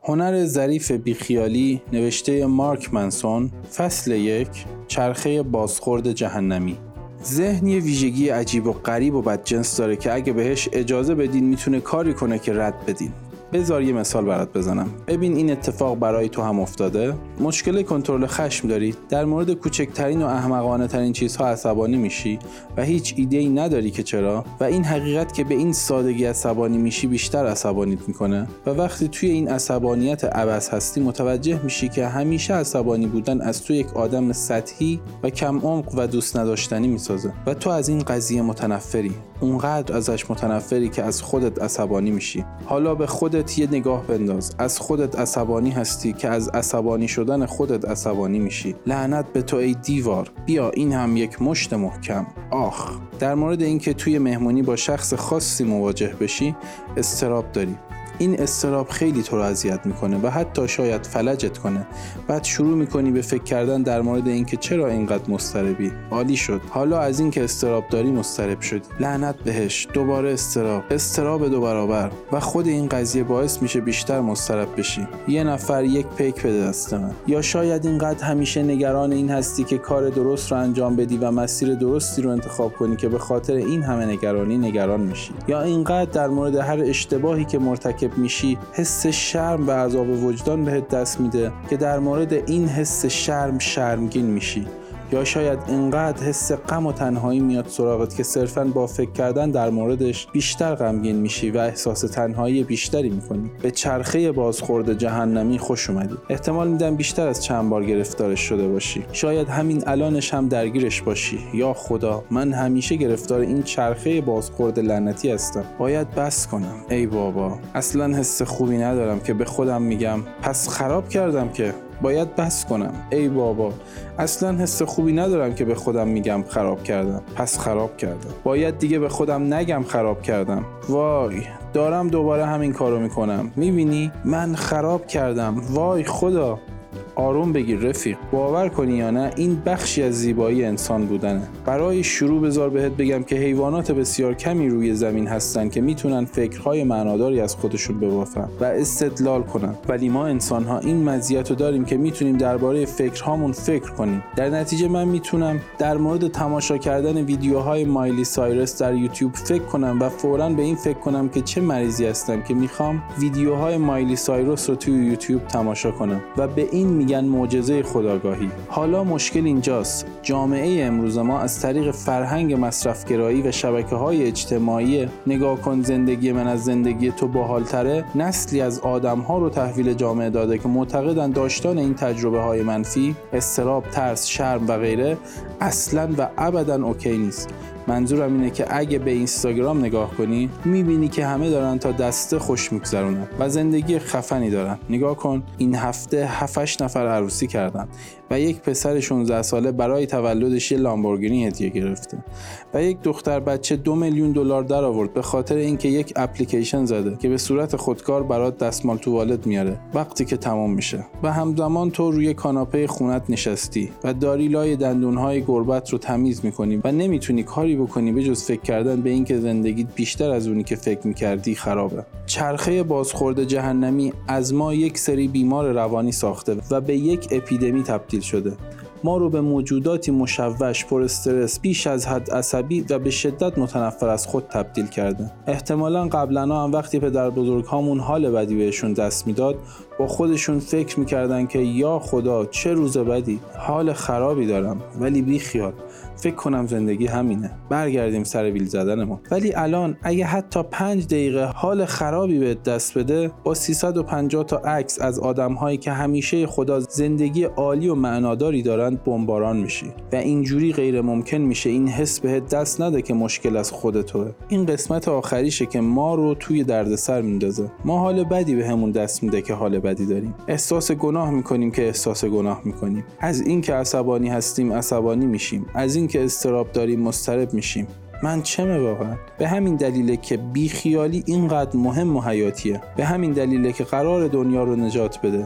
هنر ظریف بیخیالی نوشته مارک منسون، فصل 1، چرخه بازخورد جهنمی. ذهن یه ویژگی عجیب و غریب و بدجنس داره که اگه بهش اجازه بدین میتونه کاری کنه که رد بدین. بذار یه مثال برات بزنم. ببین این اتفاق برای تو هم افتاده. مشکل کنترل خشم داری، در مورد کوچکترین و احمقانه ترین چیزها عصبانی میشی و هیچ ایده‌ای نداری که چرا، و این حقیقت که به این سادگی عصبانی میشی بیشتر عصبانیت میکنه و وقتی توی این عصبانیت عبث هستی متوجه میشی که همیشه عصبانی بودن از تو یک آدم سطحی و کم عمق و دوست نداشتنی میسازه و تو از این قضیه متنفری، اونقدر ازش متنفری که از خودت عصبانی میشی. حالا به خودت یه نگاه بنداز، از خودت عصبانی هستی که از عصبانی شدن خودت عصبانی میشی. لعنت به تو ای دیوار، بیا این هم یک مشت محکم. آخ، در مورد اینکه توی مهمونی با شخص خاصی مواجه بشی اضطراب داری. این اضطراب خیلی تو رو اذیت میکنه و حتی شاید فلجت کنه. بعد شروع میکنی به فکر کردن در مورد اینکه چرا اینقدر مضطربی. عالی شد، حالا از اینکه اضطراب داری مضطرب شدی. لعنت بهش، دوباره اضطراب 2 برابر و خود این قضیه باعث میشه بیشتر مضطرب بشی. یه نفر یک پیک بده دست من. یا شاید اینقدر همیشه نگران این هستی که کار درست رو انجام بدی و مسیر درستی رو انتخاب کنی که به خاطر این همه نگرانی نگران میشی. یا اینقدر در مورد هر اشتباهی که مرتکب میشی حس شرم و عذاب وجدان بهت دست میده که در مورد این حس شرمگین میشی. یا شاید اینقدر حس غم و تنهایی میاد سراغت که صرفاً با فکر کردن در موردش بیشتر غمگین میشی و احساس تنهایی بیشتری میکنی. به چرخه بازخورد جهنمی خوش اومدی. احتمال میدم بیشتر از چند بار گرفتارش شده باشی. شاید همین الانش هم درگیرش باشی. یا خدا، من همیشه گرفتار این چرخه بازخورد لعنتی هستم. باید بس کنم. ای بابا، اصلاً حس خوبی ندارم که به خودم میگم پس خراب کردم که باید بس کنم. ای بابا، اصلا حس خوبی ندارم که به خودم میگم خراب کردم، پس خراب کردم. باید دیگه به خودم نگم خراب کردم. وای، دارم دوباره همین کارو میکنم. میبینی من خراب کردم. وای خدا. آروم بگیر رفیق. باور کنی یا نه این بخشی از زیبایی انسان بودنه. برای شروع بذار بهت بگم که حیوانات بسیار کمی روی زمین هستن که میتونن فکرهای معناداری از خودشون ببافن و استدلال کنن، ولی ما انسان‌ها این مزیت رو داریم که میتونیم درباره فکرهامون فکر کنیم. در نتیجه من میتونم در مورد تماشا کردن ویدیوهای مایلی سایرس در یوتیوب فکر کنم و فوراً به این فکر کنم که چه مریضی هستم که میخوام ویدیوهای مایلی سایرس رو توی یوتیوب تماشا کنم و به این میگن معجزه خودآگاهی. حالا مشکل اینجاست. جامعه امروز ما از طریق فرهنگ مصرفگرایی و شبکه‌های اجتماعی نگاه کن زندگی من از زندگی تو باحال‌تره، نسلی از آدم‌ها رو تحویل جامعه داده که معتقدن داشتن این تجربه‌های منفی، اضطراب، ترس، شرم و غیره اصلاً و ابداً اوکی نیست. منظورم اینه که اگه به اینستاگرام نگاه کنی میبینی که همه دارن تا دسته خوش میگذرونن و زندگی خفنی دارن. نگاه کن، این هفته 7-8 نفر عروسی کردن و یک پسر 16 ساله برای تولدش یه لامبورگینی هدیه گرفته و یک دختر بچه $2 میلیون در آورد به خاطر اینکه یک اپلیکیشن زده که به صورت خودکار برات دستمال توالت میاره وقتی که تمام میشه. و همزمان تو روی کاناپه خونت نشستی و داری لای دندونهای گربت رو تمیز میکنی و نمیتونی کاری بکنی به جز فکر کردن به اینکه زندگیت بیشتر از اونی که فکر میکردی خرابه. چرخه بازخورد جهنمی از ما یک سری بیمار روانی ساخته و به یک اپیدمی تبدیل شده. ما رو به موجوداتی مشوش، پر استرس، بیش از حد عصبی و به شدت متنفر از خود تبدیل کرده. احتمالاً قبلا هم وقتی پدر بزرگ هامون حال بدی بهشون دست میداد با خودشون فکر میکردن که یا خدا چه روز بدی، حال خرابی دارم، ولی بی خیال، فکر کنم زندگی همینه، برگردیم سر ویل زدنمون. ولی الان اگه حتی 5 دقیقه حال خرابی بهت دست بده، با 350 تا عکس از آدم‌هایی که همیشه خدا زندگی عالی و معناداری دارن بمباران میشی و اینجوری غیر ممکن میشه این حس بهت دست نده که مشکل از خودته. این قسمت آخریشه که ما رو توی دردسر میندازه. ما حال بدی بهمون دست میده که حال بدی داریم. احساس گناه میکنیم که احساس گناه میکنیم. از این که عصبانی هستیم عصبانی میشیم. از این که اضطراب داریم مضطرب میشیم. من چمه واقعا؟ به همین دلیله که بیخیالی اینقدر مهم و حیاتیه. به همین دلیله که قرار دنیا رو نجات بده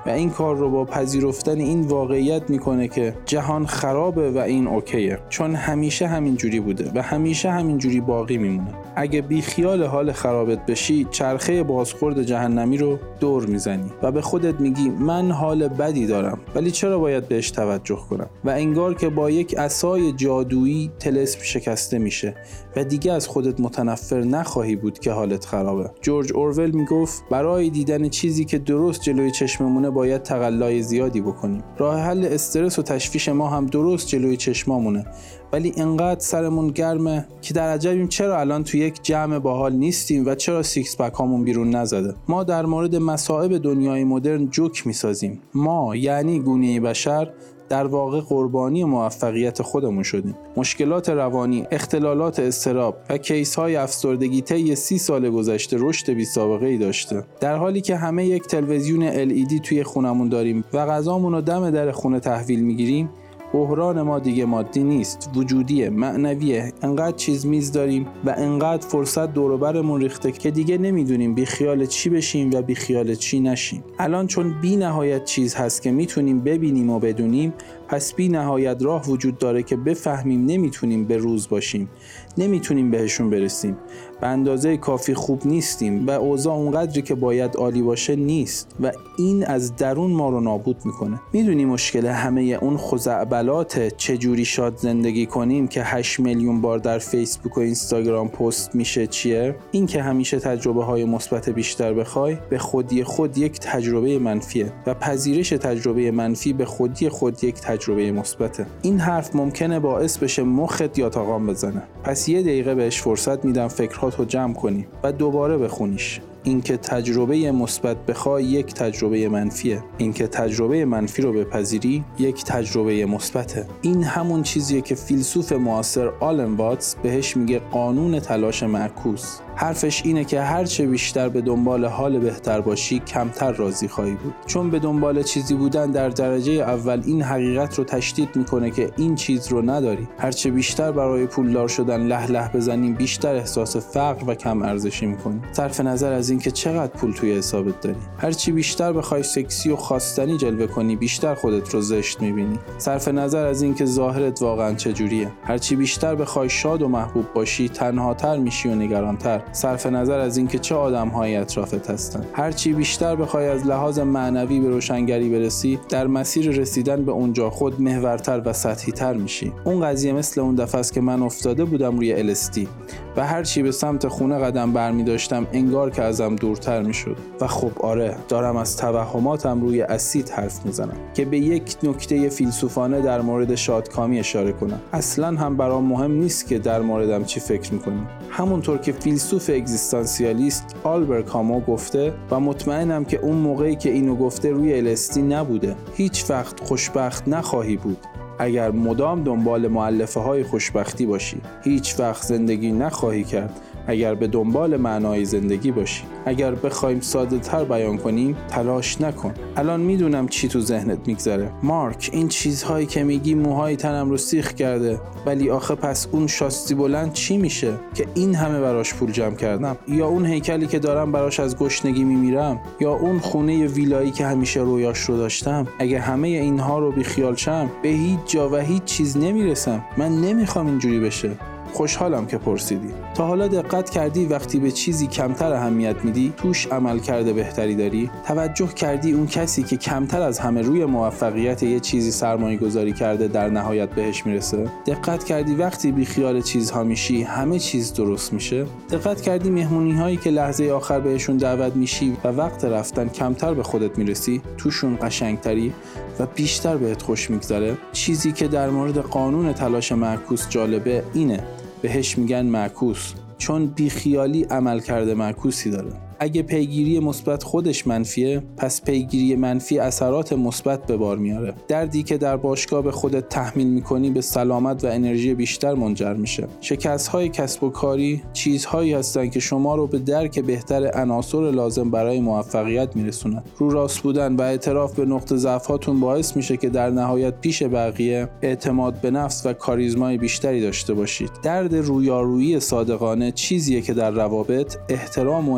و این کار رو با پذیرفتن این واقعیت میکنه که جهان خرابه و این اوکیه، چون همیشه همین جوری بوده و همیشه همین جوری باقی میمونه. اگه بی خیال حال خرابت بشی، چرخه بازخورد جهنمی رو دور میزنی و به خودت میگی من حال بدی دارم ولی چرا باید بهش توجه کنم، و انگار که با یک عصای جادویی طلسم شکسته میشه و دیگه از خودت متنفر نخواهی بود که حالت خرابه. جورج اورول میگفت برای دیدن چیزی که درست جلوی چشممونه باید تقلای زیادی بکنیم. راه حل استرس و تشویش ما هم درست جلوی چشمامونه، ولی انقدر سرمون گرمه که در عجبیم چرا الان تو یک جمع باحال نیستیم و چرا سیکس پک هامون بیرون نزده. ما در مورد مصائب دنیای مدرن جوک میسازیم. ما یعنی گونه بشر در واقع قربانی موفقیت خودمون شدیم. مشکلات روانی، اختلالات اضطراب و کیس‌های افسردگی طی 30 سال گذشته رشد بی‌سابقه‌ای داشته، در حالی که همه یک تلویزیون LED توی خونمون داریم و غذامون رو دم در خونه تحویل میگیریم. بحران ما دیگه مادی نیست، وجودیه، معنویه. انقدر چیز میز داریم و انقدر فرصت دور و برمون ریخته که دیگه نمیدونیم بی خیال چی بشیم و بی خیال چی نشیم. الان چون بی نهایت چیز هست که میتونیم ببینیم و بدونیم، پس بی نهایت راه وجود داره که بفهمیم نمیتونیم به روز باشیم، نمیتونیم بهشون برسیم، به اندازه کافی خوب نیستیم و اوضاع اونقدری که باید عالی باشه نیست و این از درون ما رو نابود میکنه. میدونی مشکل همه اون خزعبلات چجوری شاد زندگی کنیم که 8 میلیون بار در فیسبوک و اینستاگرام پست میشه چیه؟ این که همیشه تجربه های مثبت بیشتر بخوای به خودی خود یک تجربه منفیه و پذیرش تجربه منفی به خودی خود یک تجربه مثبته. این حرف ممکنه باعث بشه مخت یاتاقام بزنه. پس 1 دقیقه بهش فرصت میدم فکراتو جمع کنی و دوباره بخونیش. اینکه تجربه مثبت بخوای یک تجربه منفیه، اینکه تجربه منفی رو بپذیری یک تجربه مثبته. این همون چیزیه که فیلسوف معاصر آلن واتس بهش میگه قانون تلاش معکوس. حرفش اینه که هرچه بیشتر به دنبال حال بهتر باشی کمتر راضی خواهی بود، چون به دنبال چیزی بودن در درجه اول این حقیقت رو تشدید میکنه که این چیز رو نداری. هرچه بیشتر برای پولدار شدن له له بزنیم بیشتر احساس فقر و کم ارزشی میکنی، صرف نظر از اینکه چقدر پول توی حسابت داری. هرچی بیشتر بخوای سکسی و خواستنی جلوه کنی بیشتر خودت رو زشت میبینی، صرف نظر از اینکه ظاهرت واقعا چجوریه. هرچی بیشتر بخوای شاد و محبوب باشی تنهاتر میشی و نگرانتر، صرف نظر از اینکه چه آدم‌های اطرافت هستن. هرچی بیشتر بخوای از لحاظ معنوی به روشنگری برسی، در مسیر رسیدن به اونجا خود محورتر و سطحی‌تر میشی. اون قضیه مثل اون دفعه است که من افتاده بودم روی LSD و هرچی به سمت خونه قدم برمی داشتم انگار که ازم دورتر میشد. و خب آره، دارم از توهماتم روی اسید حرف میزنم که به یک نکته فیلسوفانه در مورد شادکامی اشاره کنم. اصلا هم برام مهم نیست که در موردم چی فکر میکنیم. همونطور که فیلسوف اگزیستانسیالیست آلبر کامو گفته و مطمئنم که اون موقعی که اینو گفته روی LSD نبوده، هیچ وقت خوشبخت نخواهی بود اگر مدام دنبال مؤلفه های خوشبختی باشی. هیچ وقت زندگی نخواهی کرد اگر به دنبال معنای زندگی باشی. اگر بخوایم ساده تر بیان کنیم، تلاش نکن. الان میدونم چی تو ذهنت میگذره. مارک، این چیزهایی که میگی موهای تنم رو سیخ کرده، ولی آخه پس اون شاستی بلند چی میشه که این همه براش پول جمع کردم؟ یا اون هیکلی که دارم براش از گشنگی میمیرم؟ یا اون خونه ویلایی که همیشه رویاش رو داشتم؟ اگه همه اینها رو بیخیال شم، به هیچ جا و هیچ چیز نمیرسم. من نمیخوام اینجوری بشه. خوشحالم که پرسیدی. تا حالا دقت کردی وقتی به چیزی کمتر اهمیت میدی توش عمل کرده بهتری داری؟ توجه کردی اون کسی که کمتر از همه روی موفقیت یه چیزی سرمایه گذاری کرده در نهایت بهش میرسه؟ دقت کردی وقتی بی خیال چیزها میشی همه چیز درست میشه؟ دقت کردی مهمونی هایی که لحظه آخر بهشون دعوت میشی و وقت رفتن کمتر به خودت میرسی توشون قشنگتری و بیشتر بهت خوش میگذره؟ چیزی که در مورد قانون تلاش معکوس جالبه اینه، بهش میگن معکوس، چون بیخیالی عمل کرده معکوسی داره. اگه پیگیری مثبت خودش منفیه، پس پیگیری منفی اثرات مثبت به بار میاره. دردی که در باشگاه به خودت تحمیل میکنی به سلامت و انرژی بیشتر منجر میشه. شکست‌های کسب و کاری چیزهایی هستن که شما رو به درک بهتر عناصر لازم برای موفقیت میرسونن. رو راست بودن و اعتراف به نقطه ضعفاتون باعث میشه که در نهایت پیش بقیه اعتماد به نفس و کاریزمای بیشتری داشته باشید. درد رویارویی صادقانه چیزیه که در روابط احترام و اعتماد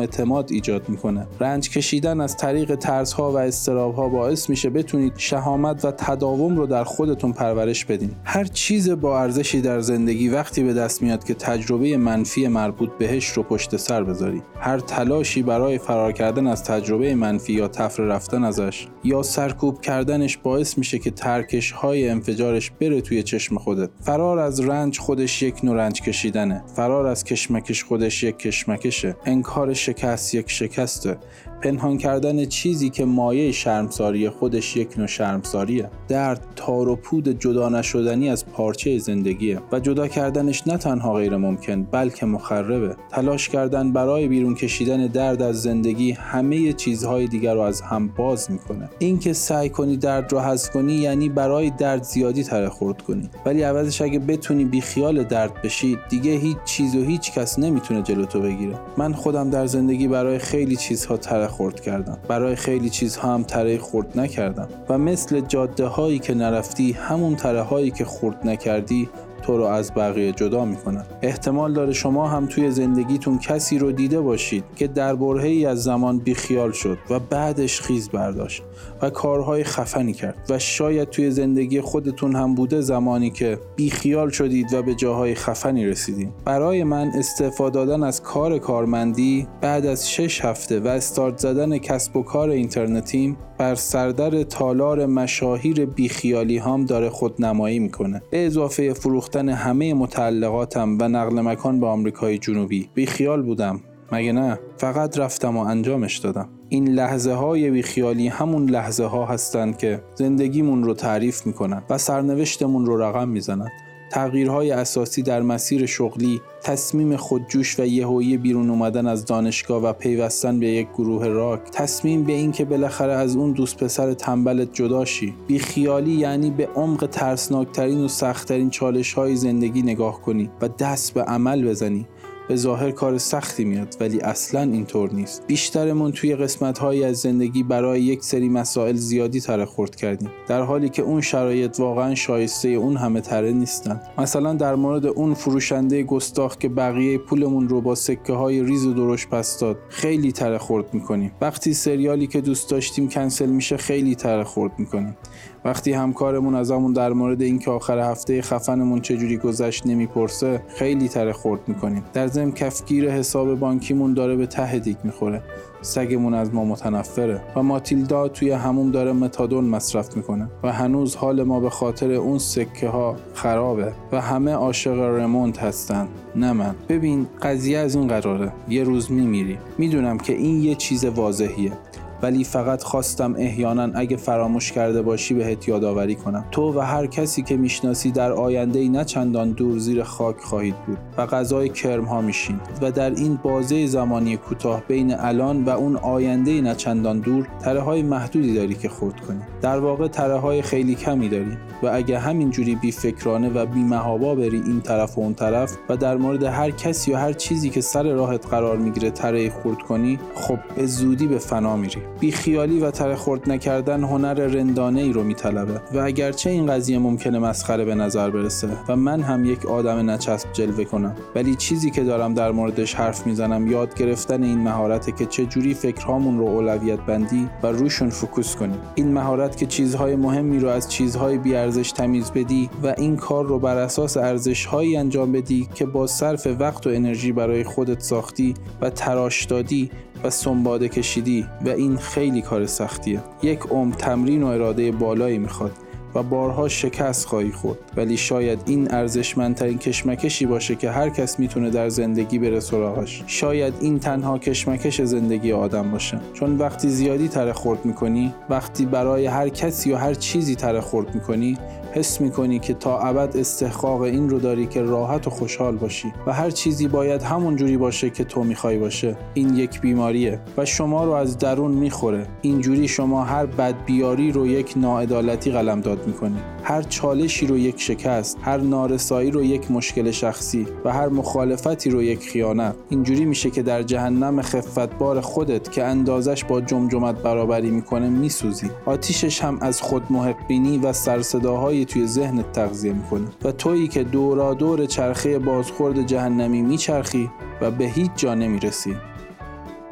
افراد ایجاد میکنه. رنج کشیدن از طریق ترس‌ها و اضطراب‌ها باعث میشه بتونید شهامت و تداوم رو در خودتون پرورش بدین. هر چیز با ارزشی در زندگی وقتی به دست میاد که تجربه منفی مربوط بهش رو پشت سر بذاری. هر تلاشی برای فرار کردن از تجربه منفی یا تفره رفتن ازش یا سرکوب کردنش باعث میشه که ترکش‌های انفجارش بره توی چشم خودت. فرار از رنج خودش یک نوع رنج کشیدنه. فرار از کشمکش خودش یک کشمکشه. انکار شکست یک شکسته. پنهان کردن چیزی که مایه شرمساری خودش یک نوع شرمساریه. درد تار و پود جدا نشدنی از پارچه زندگیه و جدا کردنش نه تنها غیر ممکن بلکه مخربه. تلاش کردن برای بیرون کشیدن درد از زندگی همه چیزهای دیگر رو از هم باز میکنه. این که سعی کنی درد رو حذف کنی یعنی برای درد زیادی تره خورد کنی، ولی عوضش اگه بتونی بی خیال درد بشی دیگه هیچ چیز و هیچ کس نمیتونه جلوتو بگیره. من خودم در زندگی برای خیلی چیزها تره خورد کردم، برای خیلی چیزها هم تره خورد نکردم و مثل جاده هایی که نرفتی همون تره هایی که خورد نکردی تو رو از بقیه جدا میکنن. احتمال داره شما هم توی زندگیتون کسی رو دیده باشید که در برهه‌ای از زمان بیخیال شد و بعدش خیز برداشت و کارهای خفنی کرد و شاید توی زندگی خودتون هم بوده زمانی که بیخیال شدید و به جاهای خفنی رسیدید. برای من استعفا دادن از کار کارمندی بعد از 6 هفته و استارت زدن کسب و کار اینترنتیم بر سردر تالار مشاهیر بیخیالی هم داره خودنمایی میکنه. به اضافه فروختن همه متعلقاتم و نقل مکان به آمریکای جنوبی. بیخیال بودم مگه نه؟ فقط رفتم و انجامش دادم. این لحظه های بیخیالی همون لحظه ها هستن که زندگیمون رو تعریف میکنن و سرنوشتمون رو رقم میزنن. تغییرهای اساسی در مسیر شغلی، تصمیم خودجوش و یهویی بیرون اومدن از دانشگاه و پیوستن به یک گروه راک، تصمیم به این که بالاخره از اون دوست پسر تنبلت جدا شی. بیخیالی یعنی به عمق ترسناکترین و سختترین چالش‌های زندگی نگاه کنی و دست به عمل بزنی. به ظاهر کار سختی میاد ولی اصلاً اینطور نیست. بیشترمون توی قسمت‌هایی از زندگی برای یک سری مسائل زیادی تره خورد کردیم، در حالی که اون شرایط واقعاً شایسته اون همه تره نیستن. مثلا در مورد اون فروشنده گستاخ که بقیه پولمون رو با سکه‌های ریز و درشت پس داد، خیلی تره خورد می‌کنیم. وقتی سریالی که دوست داشتیم کنسل میشه خیلی تره خورد می‌کنیم. وقتی همکارمون ازمون در مورد اینکه آخر هفته خفنمون چجوری گذشت نمیپرسه خیلی تره خورد می‌کنیم. در ضمن کفگیر حساب بانکیمون داره به ته دیگ می‌خوره. سگمون از ما متنفره و ماتیلدا توی حموم داره متادون مصرف میکنه و هنوز حال ما به خاطر اون سکه ها خرابه و همه عاشق رموند هستن، نه من. ببین قضیه از این قراره، یه روز میمیری. میدونم که این یه چیز واضحیه، ولی فقط خواستم احیانا اگه فراموش کرده باشی بهت یادآوری کنم. تو و هر کسی که میشناسی در آینده‌ای نه چندان دور زیر خاک خواهید بود و غذای کرم ها میشین و در این بازه زمانی کوتاه بین الان و اون آینده‌ای نه چندان دور تره‌های محدودی داری که خورد کنی. در واقع تره‌های خیلی کمی داری و اگه همینجوری بی فکرانه و بی محابا بری این طرف و اون طرف و در مورد هر کسی و هر چیزی که سر راهت قرار میگیره تره خورد کنی، خب به زودی به فنا میری. بی خیالی و تره خورد نکردن هنر رندانه ای رو میطلبه و اگرچه این قضیه ممکنه مسخره به نظر برسه و من هم یک آدم نچسب جلوه کنم، ولی چیزی که دارم در موردش حرف میزنم یاد گرفتن این مهارته که چه جوری فکرهامون رو اولویت بندی و روشون فوکوس کنیم. این مهارت که چیزهای مهمی رو از چیزهای بی ارزش تمیز بدی و این کار رو بر اساس ارزش‌هایی انجام بدی که با صرف وقت و انرژی برای خودت ساختی و تراش دادی و سنباده کشیدی و این خیلی کار سختیه. یک عمر تمرین و اراده بالایی میخواد و بارها شکست خواهی خورد، ولی شاید این ارزشمندترین کشمکشی باشه که هر کس میتونه در زندگی بره سراغش. شاید این تنها کشمکش زندگی آدم باشه، چون وقتی زیادی تره خورد میکنی، وقتی برای هر کسی و هر چیزی تره خورد میکنی، حس میکنی که تا ابد استحقاق این رو داری که راحت و خوشحال باشی و هر چیزی باید همون جوری باشه که تو میخوای باشه. این یک بیماریه و شما رو از درون میخوره. اینجوری شما هر بدبیاری رو یک ناعدالتی قلمداد میکنی، هر چالشی رو یک شکست، هر نارسایی رو یک مشکل شخصی و هر مخالفتی رو یک خیانت. اینجوری میشه که در جهنم خفتبار خودت که اندازش با جمجمت برابری میکنه میسوزی. آتیشش هم از خود محقبینی و سرصداهای توی ذهنت تغذیه میکنه و تویی که دورا دور چرخه بازخورد جهنمی میچرخی و به هیچ جا نمیرسی.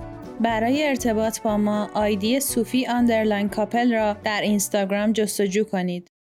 برای ارتباط با ما آیدی صوفی _ کاپل را در اینستاگرام جستجو کنید.